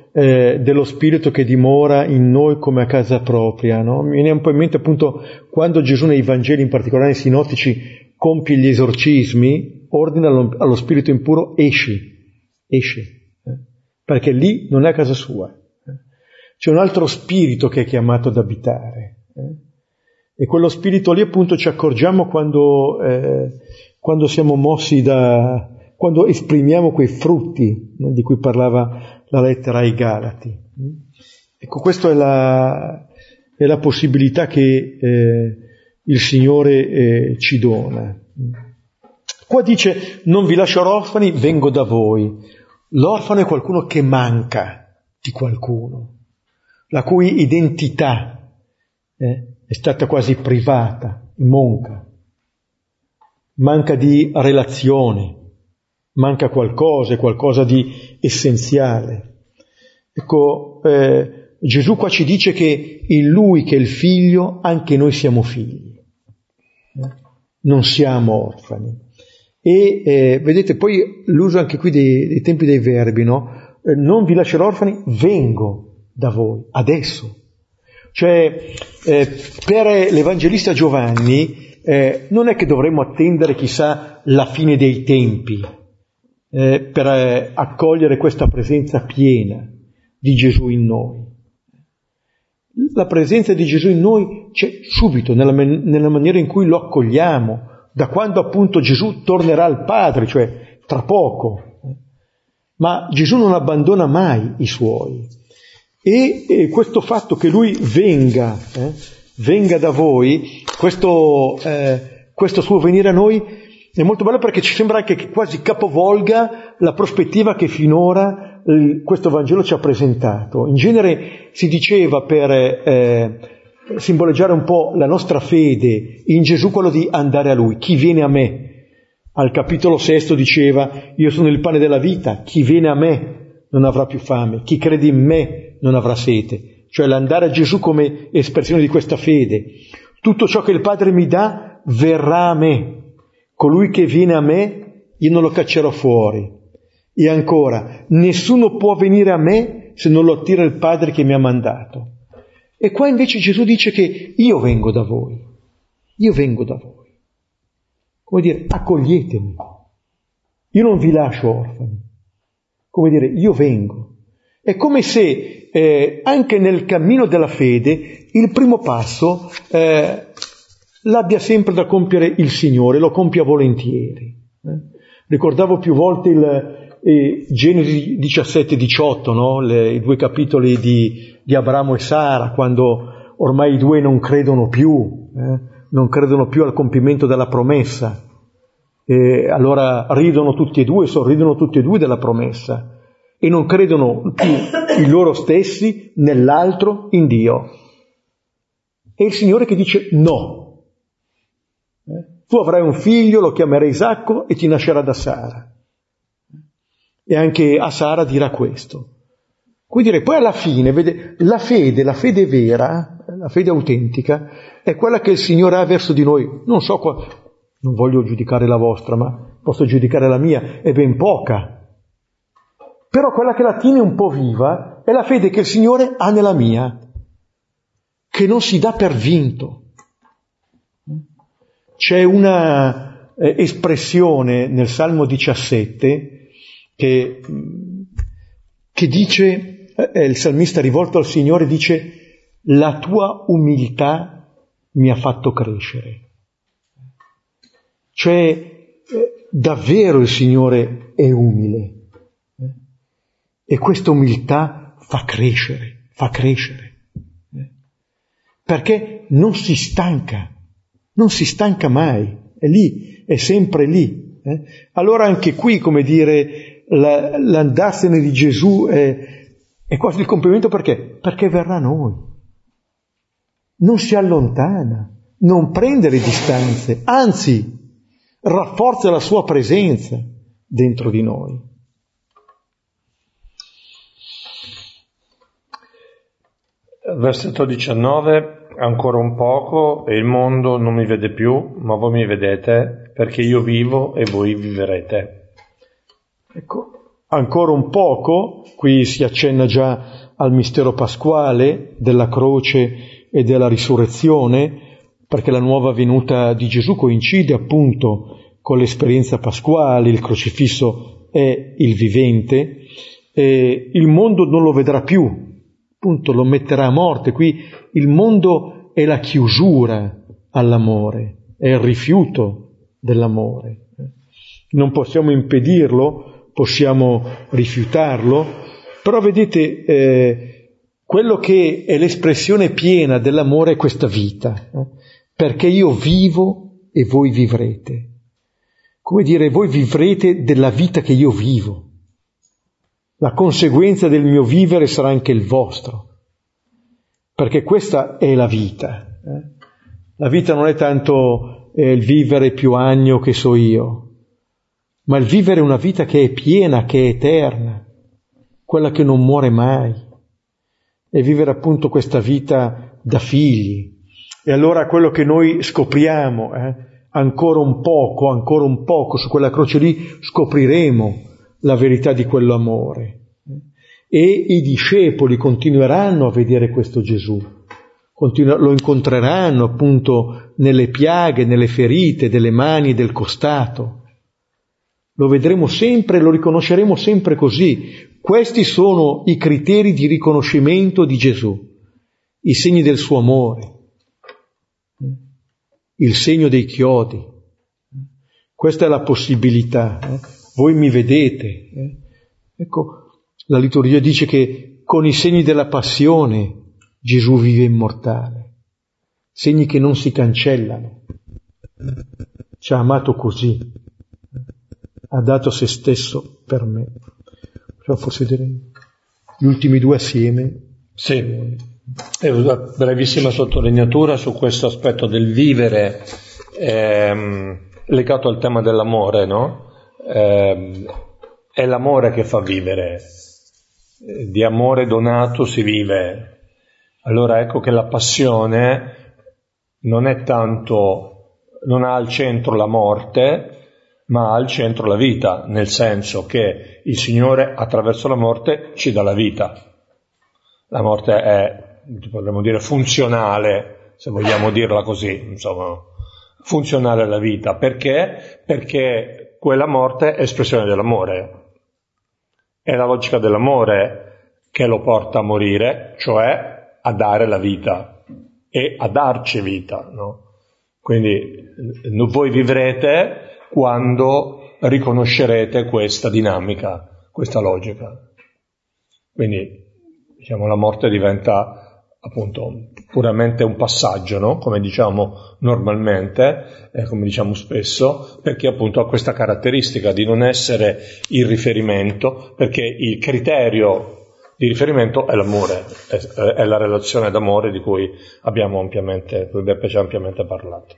dello Spirito che dimora in noi come a casa propria, no? Mi viene un po' in mente appunto quando Gesù nei Vangeli, in particolare nei sinottici, compie gli esorcismi, ordina allo spirito impuro esci, perché lì non è a casa sua. C'è un altro spirito che è chiamato ad abitare. E quello spirito lì appunto ci accorgiamo quando siamo mossi quando esprimiamo quei frutti, no, di cui parlava la lettera ai Galati. Ecco, questa è la possibilità che il Signore ci dona. Qua dice: non vi lascio orfani, vengo da voi. L'orfano è qualcuno che manca di qualcuno, la cui identità è stata quasi privata, manca di relazione, manca qualcosa di essenziale. Ecco, Gesù qua ci dice che in Lui, che è il Figlio, anche noi siamo figli, non siamo orfani. E vedete poi l'uso anche qui dei tempi dei verbi, no? Non vi lascerò orfani, vengo da voi, adesso. Cioè, per l'Evangelista Giovanni non è che dovremmo attendere chissà la fine dei tempi per accogliere questa presenza piena di Gesù in noi. La presenza di Gesù in noi c'è subito, nella maniera in cui lo accogliamo, da quando appunto Gesù tornerà al Padre, cioè tra poco. Ma Gesù non abbandona mai i Suoi. E questo fatto che Lui venga da voi, questo suo venire a noi è molto bello, perché ci sembra anche che quasi capovolga la prospettiva che finora questo Vangelo ci ha presentato. In genere si diceva, per simboleggiare un po' la nostra fede in Gesù, quello di andare a Lui. Chi viene a me? Al capitolo 6 diceva: io sono il pane della vita, chi viene a me non avrà più fame, chi crede in me non avrà sete. Cioè l'andare a Gesù come espressione di questa fede. Tutto ciò che il Padre mi dà verrà a me. Colui che viene a me, io non lo caccerò fuori. E ancora, nessuno può venire a me se non lo attira il Padre che mi ha mandato. E qua invece Gesù dice che io vengo da voi. Come dire, accoglietemi. Io non vi lascio orfani. Come dire, io vengo. È come se anche nel cammino della fede il primo passo l'abbia sempre da compiere il Signore, lo compia volentieri. Ricordavo più volte Genesi 17-18, no? I 2 capitoli di Abramo e Sara, quando ormai i 2 non credono più al compimento della promessa. E allora ridono tutti e 2, sorridono tutti e 2 della promessa, e non credono più in loro stessi, nell'altro, in Dio. E il Signore che dice no. Tu avrai un figlio, lo chiamerai Isacco e ti nascerà da Sara. E anche a Sara dirà questo. Quindi poi alla fine, vede, la fede vera, la fede autentica, è quella che il Signore ha verso di noi. Non so non voglio giudicare la vostra, ma posso giudicare la mia, è ben poca. Però quella che la tiene un po' viva è la fede che il Signore ha nella mia, che non si dà per vinto. C'è una espressione nel Salmo 17 che dice, il salmista rivolto al Signore dice: la tua umiltà mi ha fatto crescere. Cioè, davvero il Signore è umile. E questa umiltà fa crescere. Perché non si stanca mai, è lì, è sempre lì. Allora anche qui, come dire, l'andarsene di Gesù è quasi il compimento, perché verrà a noi. Non si allontana, non prende le distanze, anzi rafforza la sua presenza dentro di noi. Versetto 19: ancora un poco e il mondo non mi vede più, ma voi mi vedete, perché io vivo e voi vivrete. Ecco, ancora un poco, qui si accenna già al mistero pasquale della croce e della risurrezione, perché la nuova venuta di Gesù coincide appunto con l'esperienza pasquale, il crocifisso è il vivente, e il mondo non lo vedrà più, appunto lo metterà a morte. Qui il mondo è la chiusura all'amore, è il rifiuto dell'amore. Non possiamo impedirlo, possiamo rifiutarlo, però vedete, quello che è l'espressione piena dell'amore è questa vita, perché io vivo e voi vivrete. Come dire, voi vivrete della vita che io vivo. La conseguenza del mio vivere sarà anche il vostro, perché questa è la vita. La vita non è tanto il vivere più agno che so io, ma il vivere una vita che è piena, che è eterna, quella che non muore mai, e vivere appunto questa vita da figli. E allora quello che noi scopriamo, ancora un poco, su quella croce lì scopriremo la verità di quell'amore. E i discepoli continueranno a vedere questo Gesù, lo incontreranno appunto nelle piaghe, nelle ferite delle mani e del costato. Lo vedremo sempre, lo riconosceremo sempre così. Questi sono i criteri di riconoscimento di Gesù, i segni del suo amore, il segno dei chiodi. Questa è la possibilità. Voi mi vedete. Ecco, la liturgia dice che con i segni della passione Gesù vive immortale, segni che non si cancellano. Ci ha amato così, ha dato se stesso per me. Possiamo forse vedere gli ultimi due assieme? Sì, è una brevissima sottolineatura su questo aspetto del vivere legato al tema dell'amore, no? È l'amore che fa vivere, di amore donato si vive. Allora ecco che la passione non è tanto, non ha al centro la morte, ma ha al centro la vita, nel senso che il Signore attraverso la morte ci dà la vita. La morte è, potremmo dire, funzionale, se vogliamo dirla così, insomma, funzionale alla vita. Perché? Perché quella morte è espressione dell'amore. È la logica dell'amore che lo porta a morire, cioè a dare la vita e a darci vita, no? Quindi voi vivrete quando riconoscerete questa dinamica, questa logica. Quindi, diciamo, la morte diventa appunto puramente un passaggio, no? Come diciamo normalmente, come diciamo spesso, perché appunto ha questa caratteristica di non essere il riferimento, perché il criterio di riferimento è l'amore, è la relazione d'amore di cui Beppe ci ha ampiamente parlato.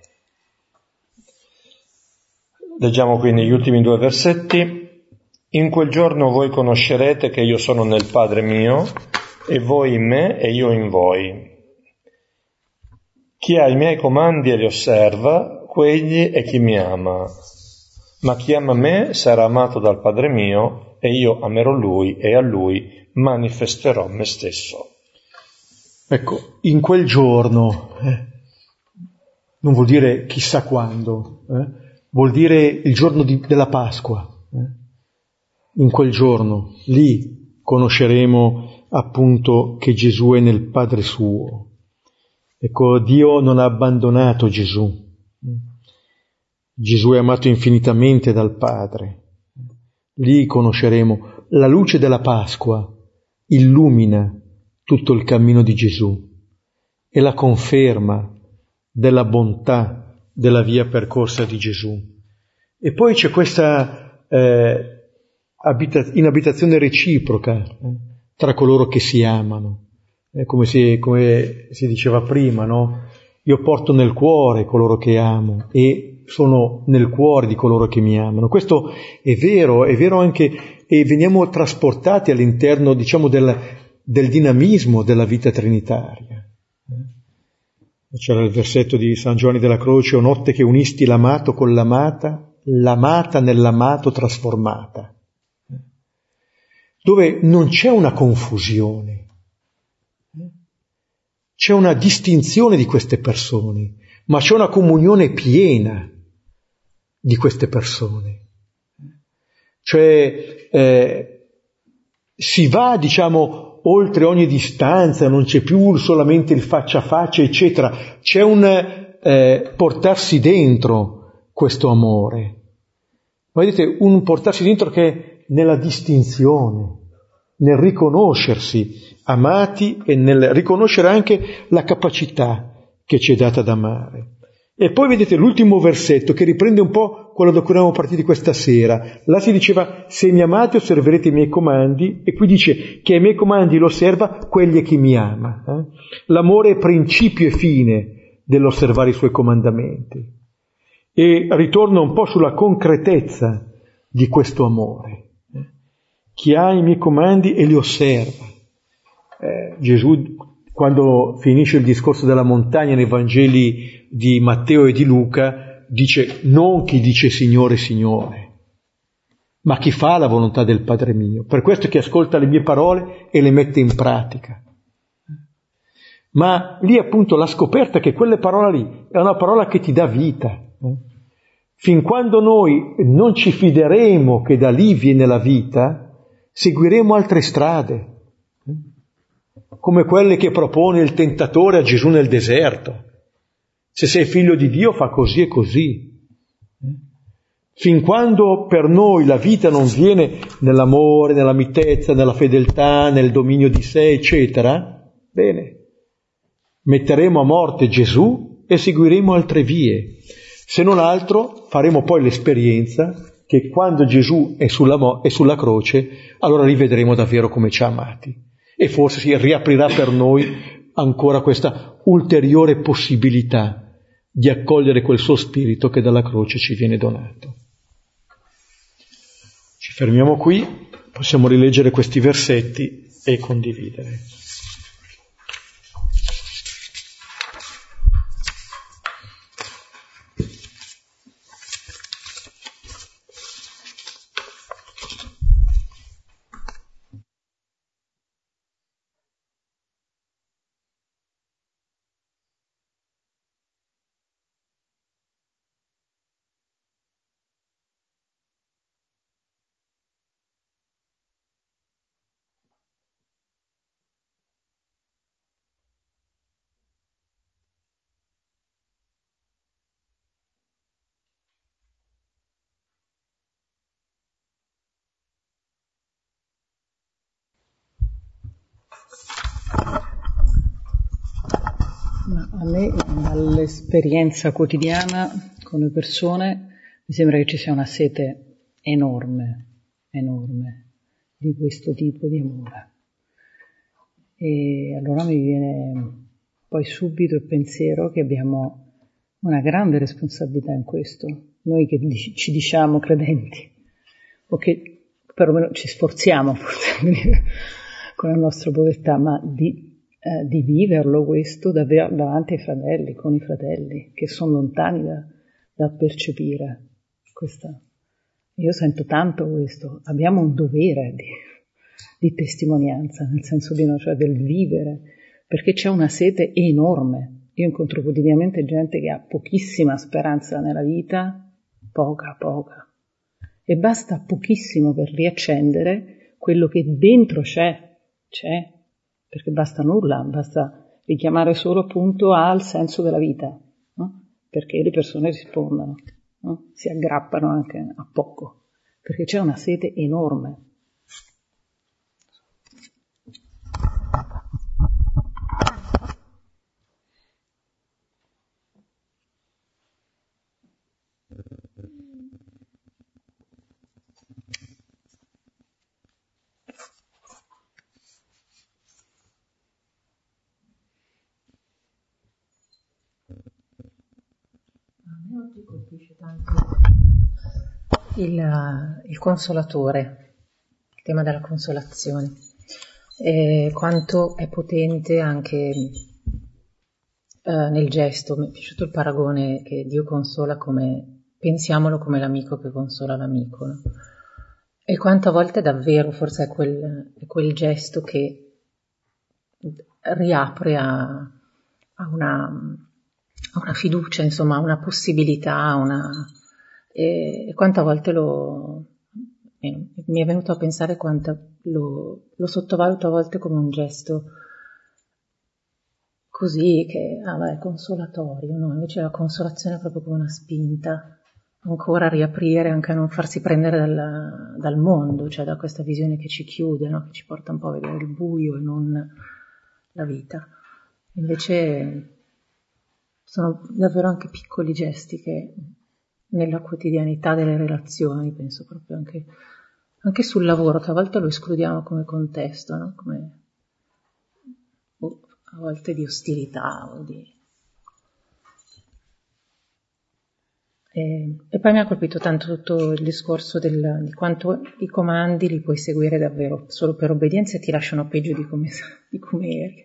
Leggiamo quindi gli ultimi due versetti. In quel giorno voi conoscerete che io sono nel Padre mio, e voi in me e io in voi. Chi ha i miei comandi e li osserva, quegli è chi mi ama. Ma chi ama me sarà amato dal Padre mio, e io amerò lui e a lui manifesterò me stesso. Ecco, in quel giorno, non vuol dire chissà quando, vuol dire il giorno della Pasqua. In quel giorno, lì conosceremo appunto che Gesù è nel Padre suo. Ecco, Dio non ha abbandonato Gesù. Gesù è amato infinitamente dal Padre. Lì conosceremo la luce della Pasqua, illumina tutto il cammino di Gesù, è la conferma della bontà della via percorsa di Gesù. E poi c'è questa inabitazione reciproca tra coloro che si amano, come si diceva prima, no? Io porto nel cuore coloro che amo e sono nel cuore di coloro che mi amano. Questo è vero anche, e veniamo trasportati all'interno, diciamo, del dinamismo della vita trinitaria. C'era il versetto di San Giovanni della Croce: o notte che unisti l'amato con l'amata, l'amata nell'amato trasformata. dove non c'è una confusione, c'è una distinzione di queste persone, ma c'è una comunione piena di queste persone. Cioè si va, diciamo, oltre ogni distanza, non c'è più solamente il faccia a faccia, eccetera. C'è un portarsi dentro questo amore. Vedete, un portarsi dentro che è nella distinzione, nel riconoscersi amati e nel riconoscere anche la capacità che ci è data ad amare. E poi vedete l'ultimo versetto che riprende un po' quello da cui eravamo partiti questa sera. Là si diceva: se mi amate osserverete i miei comandi, e qui dice che ai miei comandi lo osserva quegli chi mi ama. L'amore è principio e fine dell'osservare i suoi comandamenti. E ritorna un po' sulla concretezza di questo amore. Chi ha i miei comandi e li osserva. Gesù, quando finisce il discorso della montagna nei Vangeli di Matteo e di Luca, dice: non chi dice Signore, Signore, ma chi fa la volontà del Padre mio. Per questo chi ascolta le mie parole e le mette in pratica. Ma lì appunto la scoperta che quelle parole lì è una parola che ti dà vita. Fin quando noi non ci fideremo che da lì viene la vita, seguiremo altre strade, come quelle che propone il tentatore a Gesù nel deserto. Se sei figlio di Dio fa così e così. Fin quando per noi la vita non viene nell'amore, nella mitezza, nella fedeltà, nel dominio di sé, eccetera, bene, metteremo a morte Gesù e seguiremo altre vie. Se non altro faremo poi l'esperienza che quando Gesù è sulla croce, allora rivedremo davvero come ci ha amati. E forse si riaprirà per noi ancora questa ulteriore possibilità di accogliere quel suo spirito che dalla croce ci viene donato. Ci fermiamo qui, possiamo rileggere questi versetti e condividere. A me, dall'esperienza quotidiana con le persone, mi sembra che ci sia una sete enorme di questo tipo di amore. E allora mi viene poi subito il pensiero che abbiamo una grande responsabilità in questo, noi che ci diciamo credenti, o che perlomeno ci sforziamo forse con la nostra povertà, ma di viverlo questo davanti ai fratelli, con i fratelli, che sono lontani da percepire questa. Io sento tanto questo, abbiamo un dovere di testimonianza, nel senso di cioè del vivere, perché c'è una sete enorme. Io incontro quotidianamente gente che ha pochissima speranza nella vita, poca, e basta pochissimo per riaccendere quello che dentro c'è, perché basta nulla, basta richiamare solo appunto al senso della vita, no? Perché le persone rispondano, no? Si aggrappano anche a poco, perché c'è una sete enorme. Oggi colpisce tanto il consolatore, il tema della consolazione, quanto è potente anche nel gesto. Mi è piaciuto il paragone che Dio consola pensiamolo come l'amico che consola l'amico, no? E quante volte davvero forse è quel gesto che riapre a una fiducia, insomma, a una possibilità, e quante volte mi è venuto a pensare quanto lo sottovaluto a volte come un gesto così che è consolatorio, no? Invece la consolazione è proprio come una spinta ancora a riaprire, anche a non farsi prendere dal mondo, cioè da questa visione che ci chiude, no? Che ci porta un po' a vedere il buio e non la vita. Invece sono davvero anche piccoli gesti che nella quotidianità delle relazioni, penso proprio anche sul lavoro, che a volte lo escludiamo come contesto, no? Come a volte di ostilità o di... E poi mi ha colpito tanto tutto il discorso di quanto i comandi li puoi seguire davvero solo per obbedienza e ti lasciano peggio di come eri.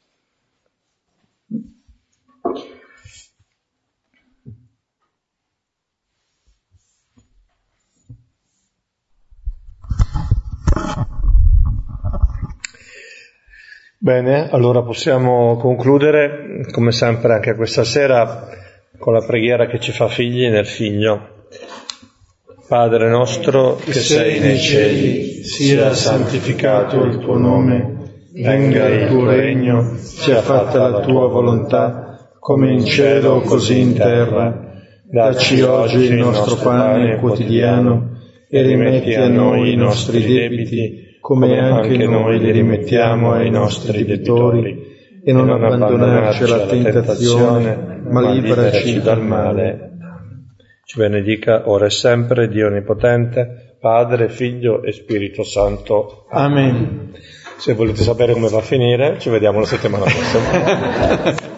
Bene, allora possiamo concludere, come sempre anche questa sera, con la preghiera che ci fa figli nel Figlio. Padre nostro che sei nei cieli, sia santificato il tuo nome, venga il tuo regno, sia fatta la tua volontà, come in cielo così in terra. Dacci oggi il nostro pane quotidiano e rimetti a noi i nostri debiti, come anche noi li rimettiamo ai nostri debitori, e non abbandonarci alla tentazione, ma liberaci dal male. Ci benedica ora e sempre Dio Onnipotente, Padre, Figlio e Spirito Santo. Amen. Se volete sapere come va a finire, ci vediamo la settimana prossima.